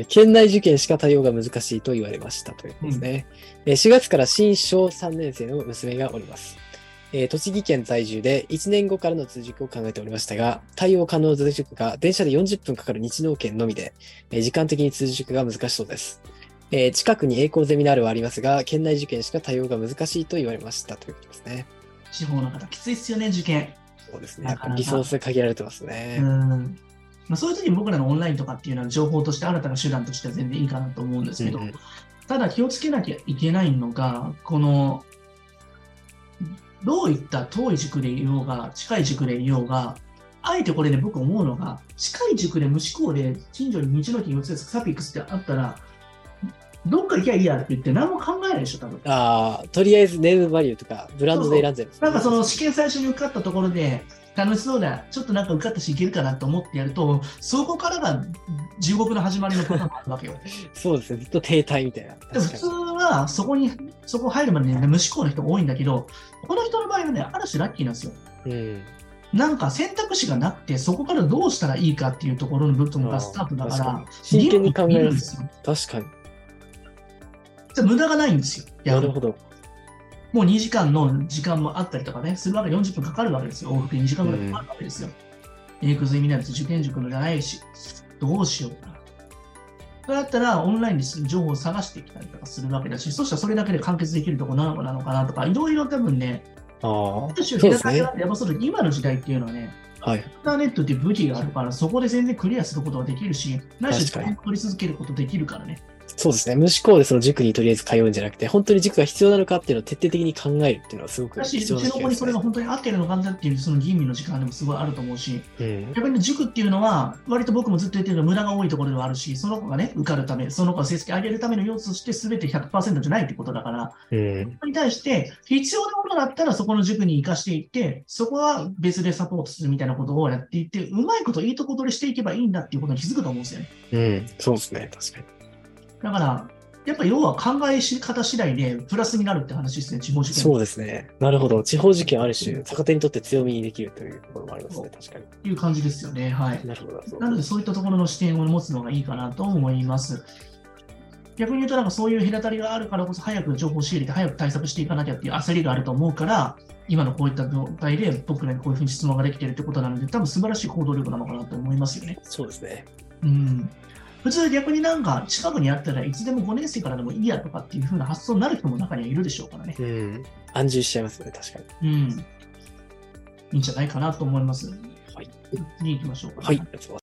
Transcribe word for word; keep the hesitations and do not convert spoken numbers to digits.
県内受験しか対応が難しいと言われましたということですね。うん、しがつから新小さんねん生の娘がおります。えー、栃木県在住でいちねんごからの通塾を考えておりましたが、対応可能通塾が電車でよんじゅっぷんかかる日能県のみで、えー、時間的に通塾が難しそうです。えー、近くに栄光ゼミナールはありますが、県内受験しか対応が難しいと言われましたということですね。 地方の方、きついですよね、受験。 そうですね。やっぱりリソース限られてますね。 うんまあ、そういう時に僕らのオンラインとかっていうのは情報として新たな手段としては全然いいかなと思うんですけど、うんうん、ただ気をつけなきゃいけないのが、この、どういった遠い塾でいようが、近い塾でいようが、あえてこれね、僕思うのが、近い塾で無思考で、近所に道の駅四つサピックスってあったら、どっか行きゃいいやって言って何も考えないでしょ、多分。 ああ、とりあえずネームバリューとか、ブランドで選んじゃいます、ね。 なんかその試験最初に受かったところで、楽しそうだ、ちょっとなんか受かったしいけるかなと思ってやると、そこからが地獄の始まりのパターンもあるわけよ。 そうですね、ずっと停滞みたいな。 でも普通はそこに、そこ入るまでね、無思考の人が多いんだけど、この人の場合はね、ある種ラッキーなんですよ。うん、なんか選択肢がなくて、そこからどうしたらいいかっていうところの部分がスタートだから、 真剣に考えるんですよ。確かに。 じゃ無駄がないんですよ。 なるほど。 もうにじかんの時間もあったりとかね、するわけよんじゅっぷんかかるわけですよ。往復にじかんぐらいかかるわけですよ。エイクゼミナール受験塾のじゃないし、どうしようかな。それだったら、オンラインで情報を探してきたりとかするわけだし、そしたらそれだけで完結できるところなのかなのかなとか、いろいろ多分ね、 ああ、 そうですね。やっぱそれ今の時代っていうのはね、 はい、インターネットっていう武器があるから、そこで全然クリアすることができるし、ないし取り続けることできるからね。 そうですね。無思考でその塾にとりあえず通うんじゃなくて、本当に塾が必要なのかっていうのを徹底的に考えるっていうのはすごく必要なうちの子にそれが本当に合ってるのかなっていうその吟味の時間でもすごいあると思うし、うん、逆に塾っていうのは、割と僕もずっと言ってるけど、無駄が多いところではあるし、その子がね、受かるため、その子が成績上げるための要素として全て ひゃくパーセント じゃないってことだから、うん、それに対して必要なものだったらそこの塾に生かしていって、そこは別でサポートするみたいなことをやっていって、うまいこといいとこ取りしていけばいいんだっていうことに気づくと思うんですよね。 うん、そうですね、確かに。 だから、やっぱ要は考え方次第でプラスになるって話ですね、地方受験。 そうですね。なるほど。地方受験ある種、逆手にとって強みにできるというところもありますね、確かに。 という感じですよね。はい。 なるほど。 なので、そういったところの視点を持つのがいいかなと思います。逆に言うと、なんかそういう隔たりがあるからこそ、早く情報を仕入れて、早く対策していかなきゃっていう焦りがあると思うから、今のこういった状態で僕らにこういうふうに質問ができているってことなので、多分素晴らしい行動力なのかなと思いますよね。 そうですね。 うん。普通逆になんか近くにあったらいつでもごねん生からでもいいやとかっていう風な発想になる人も中にはいるでしょうからね。 うん。安住しちゃいますね、確かに。うん。いいんじゃないかなと思います。 はい。 次行きましょうか、ね。 はい。